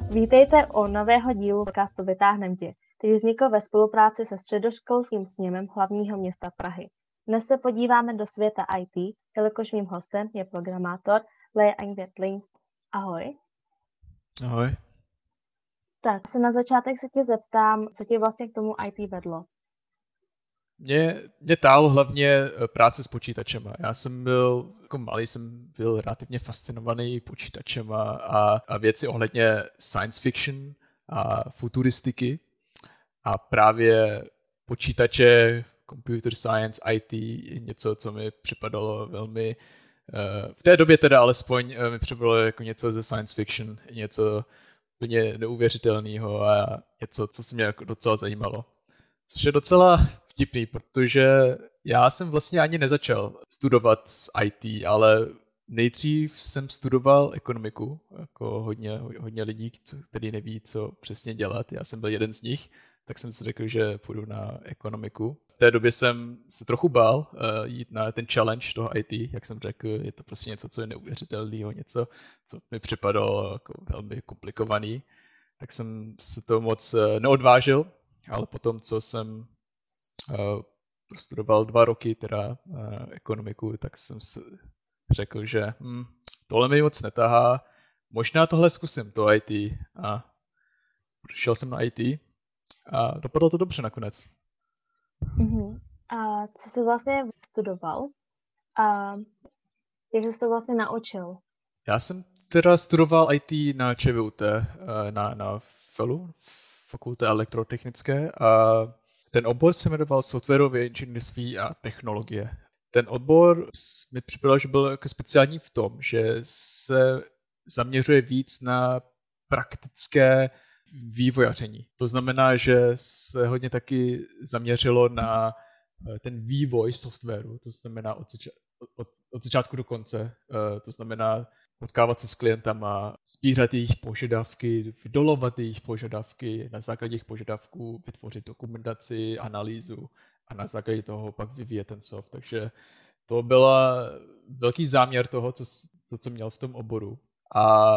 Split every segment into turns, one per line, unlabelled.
Vítejte u nového dílu podcastu Vytáhnem tě, který vznikl ve spolupráci se Středoškolským sněmem hlavního města Prahy. Dnes se podíváme do světa IT, jelikož mým hostem je programátor Lea Engwertling. Ahoj.
Ahoj.
Tak se na začátek se tě zeptám, co tě vlastně k tomu IT vedlo.
Mě táhlo hlavně práce s počítačema. Já jsem byl, jako malý jsem byl relativně fascinovaný počítačema a věci ohledně science fiction a futuristiky. A právě počítače, computer science, IT je něco, co mi připadalo velmi, v té době teda alespoň mi připadalo jako něco ze science fiction, něco úplně neuvěřitelného a něco, co se mě jako docela zajímalo. Což je docela vtipný, protože já jsem vlastně ani nezačal studovat s IT, ale nejdřív jsem studoval ekonomiku, jako hodně lidí, kteří neví, co přesně dělat. Já jsem byl jeden z nich, tak jsem si řekl, že půjdu na ekonomiku. V té době jsem se trochu bál jít na ten challenge toho IT, jak jsem řekl, je to prostě něco, co je neuvěřitelného, něco, co mi připadalo jako velmi komplikovaný. Tak jsem se to moc neodvážil, ale potom, co jsem prostudoval 2 roky teda ekonomiku, tak jsem si řekl, že tohle mi moc netahá, možná tohle zkusím, to IT. A přišel jsem na IT a dopadlo to dobře nakonec.
Uh-huh. A co jsi vlastně studoval? A jak jsi to vlastně naučil?
Já jsem teda studoval IT na ČVUT, na FELu, Fakulte elektrotechnické, a ten obor se jmenoval softwarové inženýrství a technologie. Ten odbor mi připadal, že byl jako speciální v tom, že se zaměřuje víc na praktické vývojaření. To znamená, že se hodně taky zaměřilo na ten vývoj softwaru, to znamená od začátku do konce, to znamená potkávat se s klientama, sbírat jejich požadavky, vydolovat jejich požadavky, na základě jejich požadavků vytvořit dokumentaci, analýzu a na základě toho pak vyvíjet ten soft. Takže to byl velký záměr toho, co jsem měl v tom oboru. A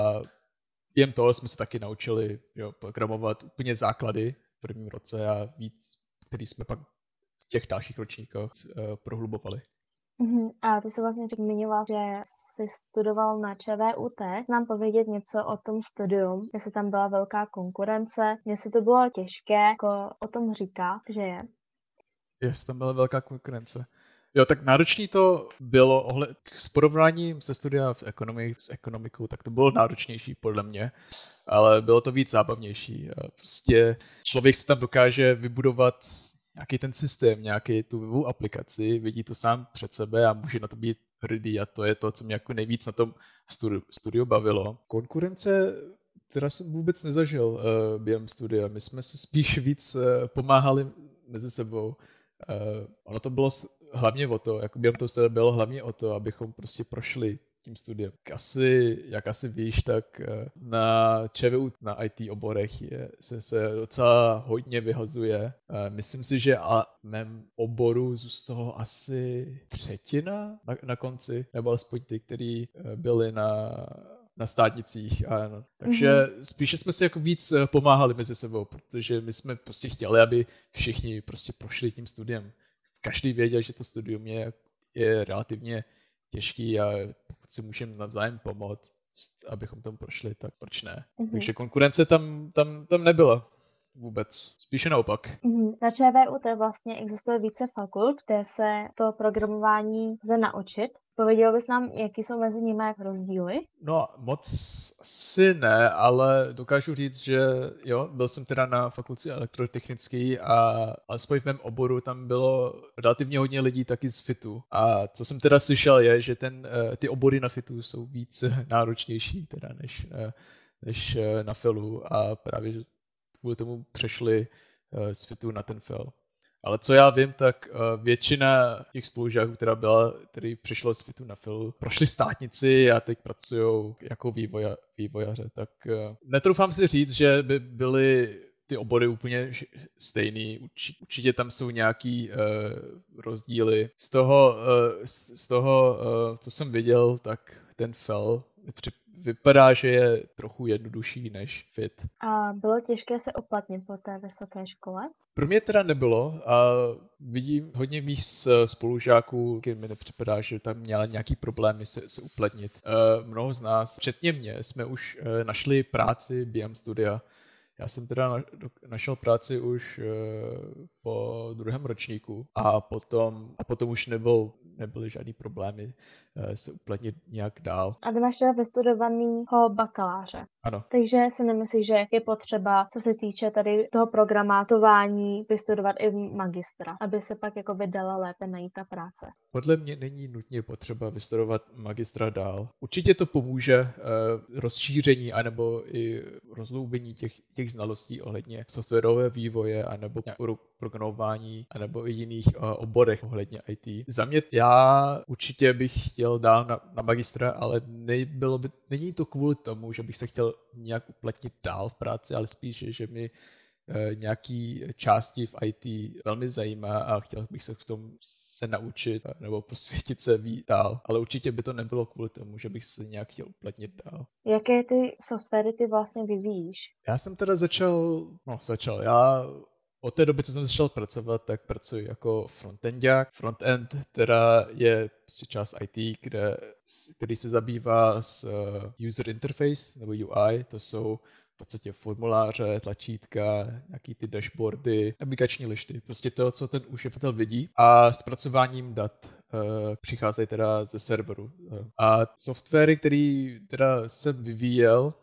během toho jsme se taky naučili programovat úplně základy v prvním roce a víc, který jsme pak v těch dalších ročníkách prohlubovali.
A ty jsi vlastně zmiňoval, že jsi studoval na ČVUT. Nám povědět něco o tom studium, jestli tam byla velká konkurence, jestli to bylo těžké, jako o tom říká, že je.
Jestli tam byla velká konkurence. Jo, tak náročný to bylo s porovnáním se studia s ekonomikou, tak to bylo náročnější podle mě, ale bylo to víc zábavnější. Prostě člověk si tam dokáže vybudovat nějaký ten systém, nějaký tu webovou aplikaci, vidí to sám před sebe a může na to být hrdý a to je to, co mě jako nejvíc na tom studiu bavilo. Konkurence, která jsem vůbec nezažil během studia, my jsme si spíš víc pomáhali mezi sebou. Ono to bylo hlavně o to, jako během toho studia bylo hlavně o to, abychom prostě prošli tím studiem. Jak asi víš, tak na ČVU, na IT oborech se docela hodně vyhazuje. Myslím si, že v mém oboru zůstalo asi třetina na konci, nebo alespoň ty, kteří byli na státnicích. Takže spíše jsme si jako víc pomáhali mezi sebou, protože my jsme prostě chtěli, aby všichni prostě prošli tím studiem. Každý věděl, že to studium je relativně těžký a pokud si můžeme navzájem pomoct, abychom tam prošli, tak proč ne? Takže konkurence tam nebyla vůbec, spíše naopak.
Na ČVUT vlastně existuje více fakult, kde se to programování lze naučit. Pověděl bys nám, jaký jsou mezi nimi rozdíly?
No moc si ne, ale dokážu říct, že jo, byl jsem teda na fakultě elektrotechnické a alespoň v mém oboru tam bylo relativně hodně lidí taky z FITu. A co jsem teda slyšel je, že ty obory na FITu jsou víc náročnější teda než na FELu a právě že kvůli tomu přešli z FITu na ten FEL. Ale co já vím, tak většina těch spolužáků, který přišlo z FITu na FEL, prošli státnici a teď pracují jako vývojaře. Tak netroufám si říct, že by byly ty obory úplně stejný. Určitě tam jsou nějaký rozdíly. Z toho, co jsem viděl, tak ten FEL vypadá, že je trochu jednodušší než FIT.
A bylo těžké se uplatnit po té vysoké škole?
Pro mě teda nebylo a vidím hodně mých spolužáků, kdy mi nepřipadá, že tam měla nějaký problémy se uplatnit. Mnoho z nás, včetně mě, jsme už našli práci během studia. Já jsem teda našel práci už po druhém ročníku a potom už nebyly žádný problémy se uplatnit nějak dál.
A ty máš teda vystudovanýho bakaláře.
Ano.
Takže si nemyslíš, že je potřeba, co se týče tady toho programátování, vystudovat i magistra, aby se pak jako dala lépe najít ta práce?
Podle mě není nutně potřeba vystudovat magistra dál. Určitě to pomůže rozšíření anebo i rozloubení těch znalostí ohledně softwarového vývoje anebo programování anebo i jiných oborech ohledně IT. Za mě já určitě bych chtěl dál na magistra, ale není to kvůli tomu, že bych se chtěl nějak uplatnit dál v práci, ale spíš, že mi nějaký části v IT velmi zajímá a chtěl bych se v tom se naučit nebo posvětit se víc dál. Ale určitě by to nebylo kvůli tomu, že bych se nějak chtěl uplatnit dál.
Jaké ty softwary ty vlastně vyvíjíš?
Já jsem teda já od té doby, co jsem začal pracovat, tak pracuji jako frontendák. Frontend teda je část IT, který se zabývá s user interface nebo UI, to jsou v podstatě formuláře, tlačítka, nějaký ty dashboardy, aplikační lišty, prostě to, co ten uživatel vidí a zpracováním dat přicházejí teda ze serveru. A softwary, který teda jsem vyvíjel,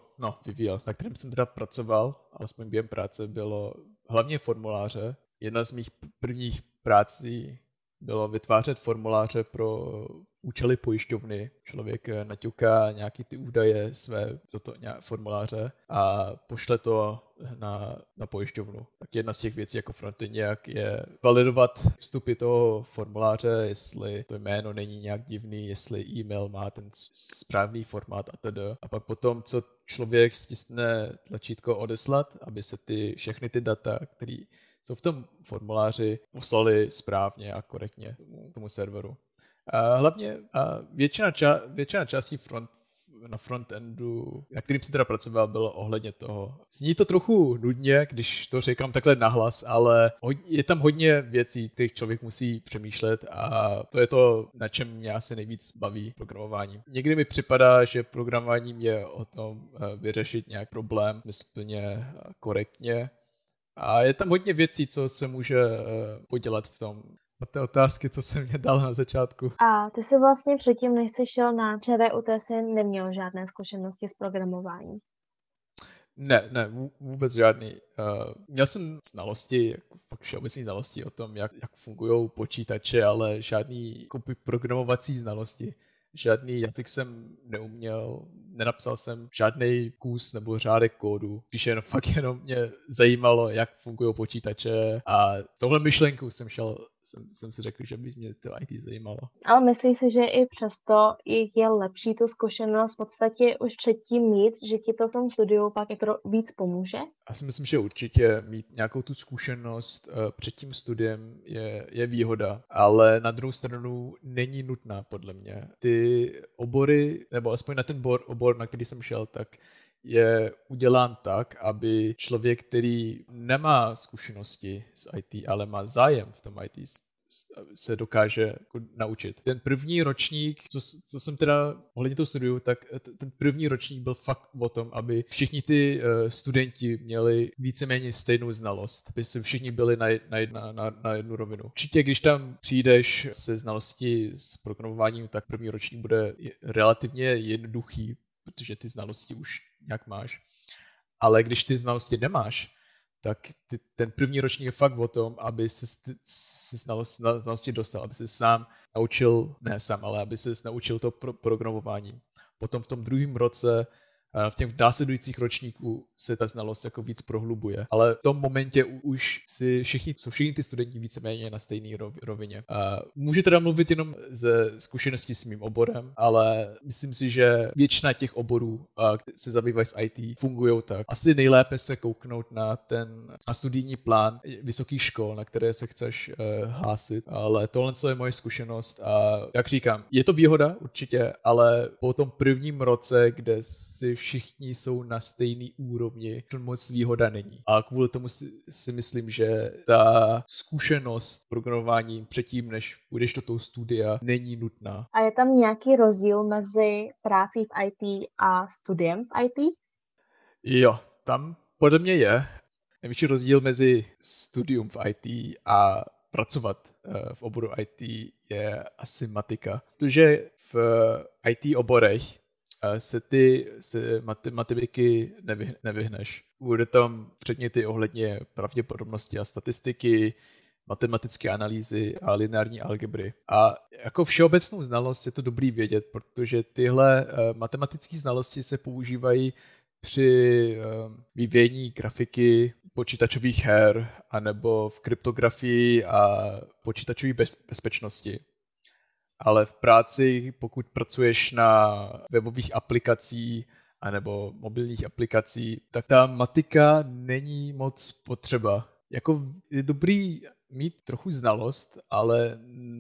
na kterém jsem teda pracoval, alespoň během práce, bylo hlavně formuláře. Jedna z mých prvních prací bylo vytvářet formuláře pro účely pojišťovny. Člověk naťuká nějaký ty údaje své do toho formuláře a pošle to na pojišťovnu. Tak jedna z těch věcí jako frontendák je validovat vstupy toho formuláře, jestli to jméno není nějak divný, jestli e-mail má ten správný formát atd. A pak potom, co člověk stiskne tlačítko odeslat, aby se všechny ty data, které jsou v tom formuláři, poslali správně a korektně tomu serveru. A hlavně většina částí na frontendu, na kterým jsem teda pracoval, bylo ohledně toho. Zní to trochu nudně, když to říkám takhle nahlas, ale je tam hodně věcí, kterých člověk musí přemýšlet a to je to, na čem mě asi nejvíc baví programování. Někdy mi připadá, že programováním je o tom vyřešit nějak problém smysluplně korektně. A je tam hodně věcí, co se může podělat v tom. A té otázky, co jsem mě dal na začátku.
A ty jsi vlastně předtím, než jsi šel na ČVUT, jsi neměl žádné zkušenosti s programováním?
Ne, vůbec žádný. Měl jsem znalosti, fakt všeobecné znalosti o tom, jak fungují počítače, ale žádný programovací znalosti. Žádný jazyk jsem neuměl, nenapsal jsem žádný kus nebo řádek kódu, spíš jenom mě zajímalo, jak fungují počítače a tohle myšlenkou jsem si řekl, že by mě to IT zajímalo.
Ale myslíš si, že i přesto je lepší tu zkušenost v podstatě už předtím mít, že ti to v tom studiu pak jako víc pomůže?
Já si myslím, že určitě mít nějakou tu zkušenost před tím studiem je výhoda, ale na druhou stranu není nutná podle mě. Ty obory, nebo aspoň na ten obor, na který jsem šel, tak je udělán tak, aby člověk, který nemá zkušenosti s IT, ale má zájem v tom IT, se dokáže naučit. Ten první ročník, co jsem teda ohledně toho studiu, tak ten první ročník byl fakt o tom, aby všichni ty studenti měli víceméně stejnou znalost, aby se všichni byli na jednu rovinu. Určitě, když tam přijdeš se znalosti s programováním, tak první ročník bude relativně jednoduchý, protože ty znalosti už nějak máš. Ale když ty znalosti nemáš, tak ten první ročník je fakt o tom, aby se znalosti dostal, aby se sám naučil, ne sám, ale aby se naučil to programování. Potom v tom druhém roce v těch následujících ročníků se ta znalost jako víc prohlubuje. Ale v tom momentě už jsou všichni ty studenti víceméně na stejné rovině. Můžu teda mluvit jenom ze zkušenosti s mým oborem, ale myslím si, že většina těch oborů, které se zabývají s IT, fungují tak. Asi nejlépe se kouknout na studijní plán vysokých škol, na které se chceš hlásit, ale tohle je moje zkušenost a jak říkám, je to výhoda určitě, ale po tom prvním roce, kde si všichni jsou na stejný úrovni, to moc výhoda není. A kvůli tomu si myslím, že ta zkušenost programování předtím, než půjdeš do toho studia, není nutná.
A je tam nějaký rozdíl mezi prácí v IT a studiem v IT?
Jo, tam podle mě je. Největší rozdíl mezi studium v IT a pracovat v oboru IT je asi matika. Protože v IT oborech se matematiky nevyhneš. Bude tam předměty ohledně pravděpodobnosti a statistiky, matematické analýzy a lineární algebry. A jako všeobecnou znalost je to dobrý vědět, protože tyhle matematické znalosti se používají při vyvíjení grafiky počítačových her anebo v kryptografii a počítačové bezpečnosti. Ale v práci, pokud pracuješ na webových aplikacích anebo mobilních aplikací, tak ta matika není moc potřeba. Jako je dobrý mít trochu znalost, ale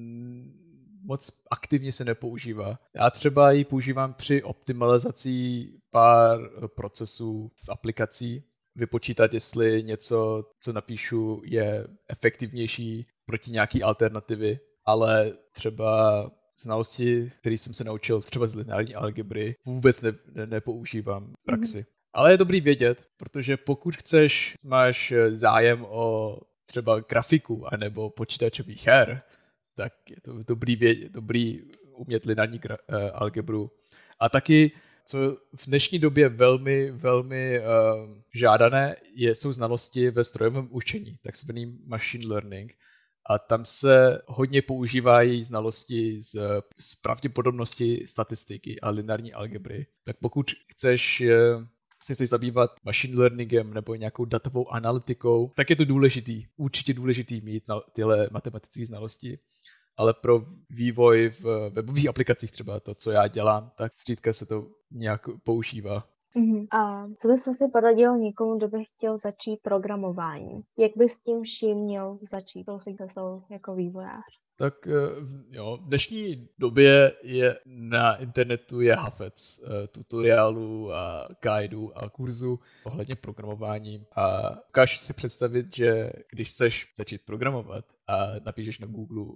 moc aktivně se nepoužívá. Já třeba ji používám při optimalizaci pár procesů v aplikaci, vypočítat, jestli něco, co napíšu, je efektivnější proti nějaký alternativy, ale třeba znalosti, které jsem se naučil třeba z lineární algebry, vůbec nepoužívám v praxi. Ale je dobrý vědět, protože pokud máš zájem o třeba grafiku anebo počítačových her, tak je to dobrý umět lineární algebru. A taky, co v dnešní době velmi, velmi žádané, jsou znalosti ve strojovém učení, takzvaný machine learning. A tam se hodně používají znalosti z pravděpodobnosti statistiky a lineární algebry. Tak pokud chceš se zabývat machine learningem nebo nějakou datovou analytikou, tak je to určitě důležitý mít tyhle matematické znalosti. Ale pro vývoj v webových aplikacích, třeba to, co já dělám, tak zřídka se to nějak používá.
A co bys vlastně poradil někomu, kdo by chtěl začít programování? Jak by s tím vším měl začít, pokud se jako vývojář?
Tak jo, v dnešní době je na internetu hafec tutoriálů a guidů a kurzů ohledně programování a dokážeš si představit, že když chceš začít programovat a napíšeš na Google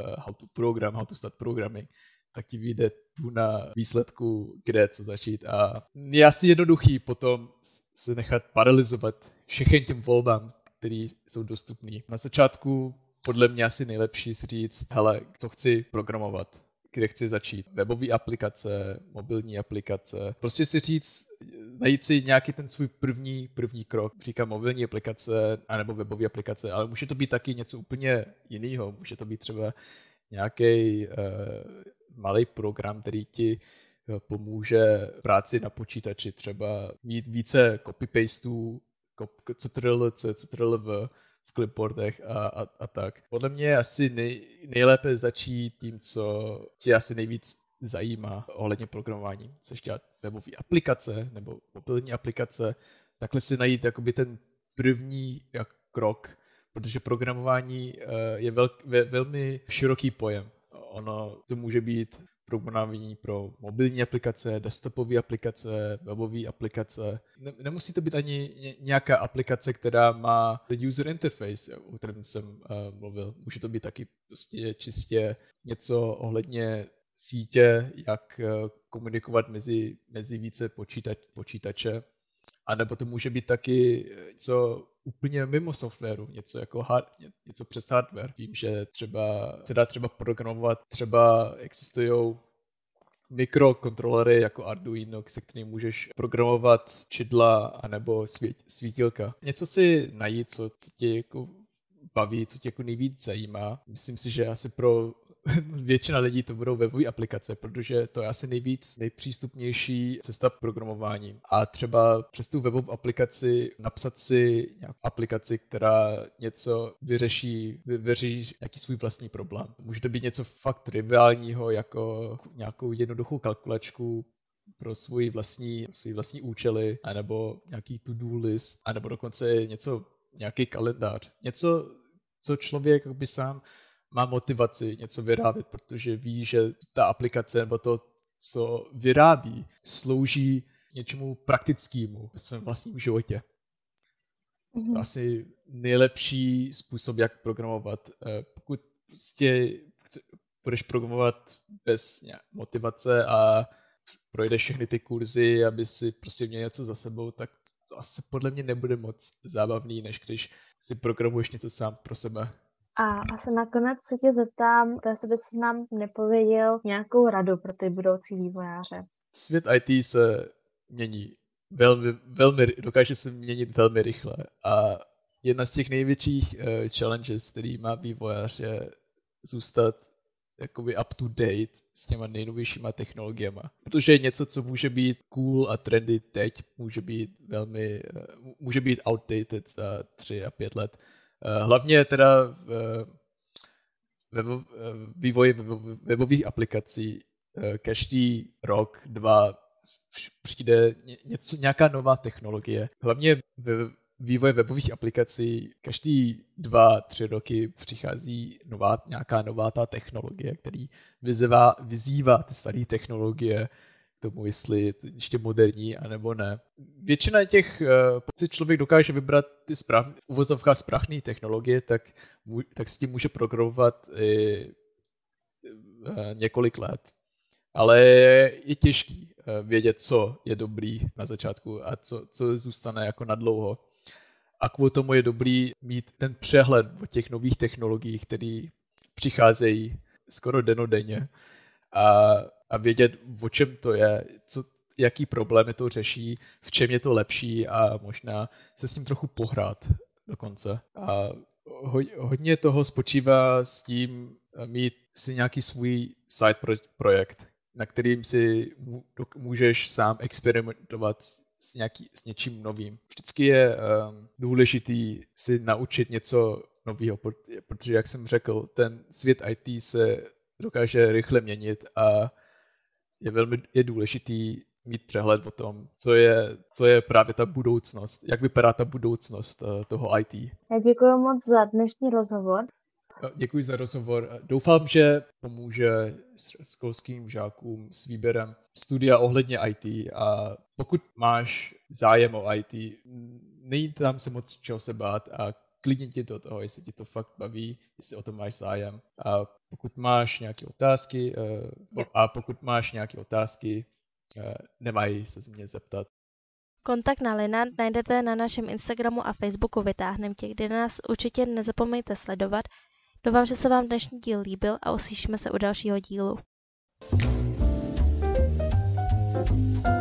how to start programming, tak ti vyjde tu na výsledku, kde co začít a je asi jednoduchý potom se nechat paralyzovat všechny těm volbám, které jsou dostupné. Na začátku podle mě asi nejlepší si říct, hele, co chci programovat, kde chci začít. Webové aplikace, mobilní aplikace. Prostě si říct, najít si nějaký ten svůj první krok. Říkám mobilní aplikace anebo webové aplikace, ale může to být taky něco úplně jiného. Může to být třeba nějaký malý program, který ti pomůže v práci na počítači. Třeba mít více copy-pastů, ctrl v clipboardech a tak. Podle mě je asi nejlépe začít tím, co tě asi nejvíc zajímá ohledně programování. Chceš dělat webové aplikace nebo mobilní aplikace, takhle si najít jakoby ten první krok, protože programování je velmi široký pojem. Ono to může být programování pro mobilní aplikace, desktopové aplikace, webové aplikace. Nemusí to být ani nějaká aplikace, která má user interface, o kterém jsem mluvil. Může to být taky prostě čistě něco ohledně sítě, jak komunikovat mezi více počítače. A nebo to může být taky něco úplně mimo softwaru, něco přes hardware. Vím, že se dá třeba programovat, třeba existují mikrokontrolery jako Arduino, se kterým můžeš programovat čidla anebo svítilka. Něco si najít, co tě jako baví, co tě jako nejvíc zajímá. Myslím si, že asi pro většina lidí to budou webové aplikace, protože to je asi nejpřístupnější cesta programování. A třeba přes tu webovou aplikaci napsat si nějakou aplikaci, která něco vyřeší nějaký svůj vlastní problém. Může to být něco fakt triviálního, jako nějakou jednoduchou kalkulačku pro svůj vlastní účely, anebo nějaký to-do list, anebo dokonce nějaký kalendář. Něco, co člověk by sám má motivaci něco vyrábět, protože ví, že ta aplikace nebo to, co vyrábí, slouží něčemu praktickému v svém vlastním životě. To je asi nejlepší způsob, jak programovat. Pokud prostě budeš programovat bez motivace a projdeš všechny ty kurzy, aby si prostě měl něco za sebou, tak to asi podle mě nebude moc zábavný, než když si programuješ něco sám pro sebe.
A asi nakonec se tě zeptám, jestli bys nám nepověděl nějakou radu pro ty budoucí vývojáře.
Svět IT se mění dokáže se měnit velmi rychle a jedna z těch největších challenges, který má vývojář, je zůstat jakoby up to date s těma nejnovějšíma technologiemi. Protože něco, co může být cool a trendy teď, může být outdated za 3 a 5 let. Hlavně teda v vývoji webových aplikací každý rok, 2 přijde nějaká nová technologie. Hlavně v vývoji webových aplikací každý 2-3 roky přichází nějaká nová ta technologie, který vyzývá ty staré technologie k tomu, jestli je to ještě moderní, anebo ne. Většina těch, pokud si člověk dokáže vybrat ty uvozovka správné technologie, tak s tím může programovat několik let. Ale je těžký vědět, co je dobrý na začátku a co zůstane jako nadlouho. A kvůli tomu je dobrý mít ten přehled o těch nových technologiích, které přicházejí skoro dennodenně a vědět, o čem to je, jaký problémy to řeší, v čem je to lepší a možná se s tím trochu pohrát dokonce. A hodně toho spočívá s tím mít si nějaký svůj side projekt, na kterým si můžeš sám experimentovat s něčím novým. Vždycky je důležitý si naučit něco nového, protože, jak jsem řekl, ten svět IT se dokáže rychle měnit a je důležitý mít přehled o tom, co je právě ta budoucnost, jak vypadá ta budoucnost toho IT.
Já děkuji moc za dnešní rozhovor.
Děkuji za rozhovor. Doufám, že pomůže školským žákům s výběrem studia ohledně IT a pokud máš zájem o IT, není tam se moc čeho se bát a klidně ti do toho, jestli ti to fakt baví, jestli o to máš zájem. A pokud máš nějaké otázky, nemají se mě zeptat.
Kontakt na Lina najdete na našem Instagramu a Facebooku Vytáhnem tě, kde nás určitě nezapomeňte sledovat. Doufám, že se vám dnešní díl líbil a uslyšíme se u dalšího dílu.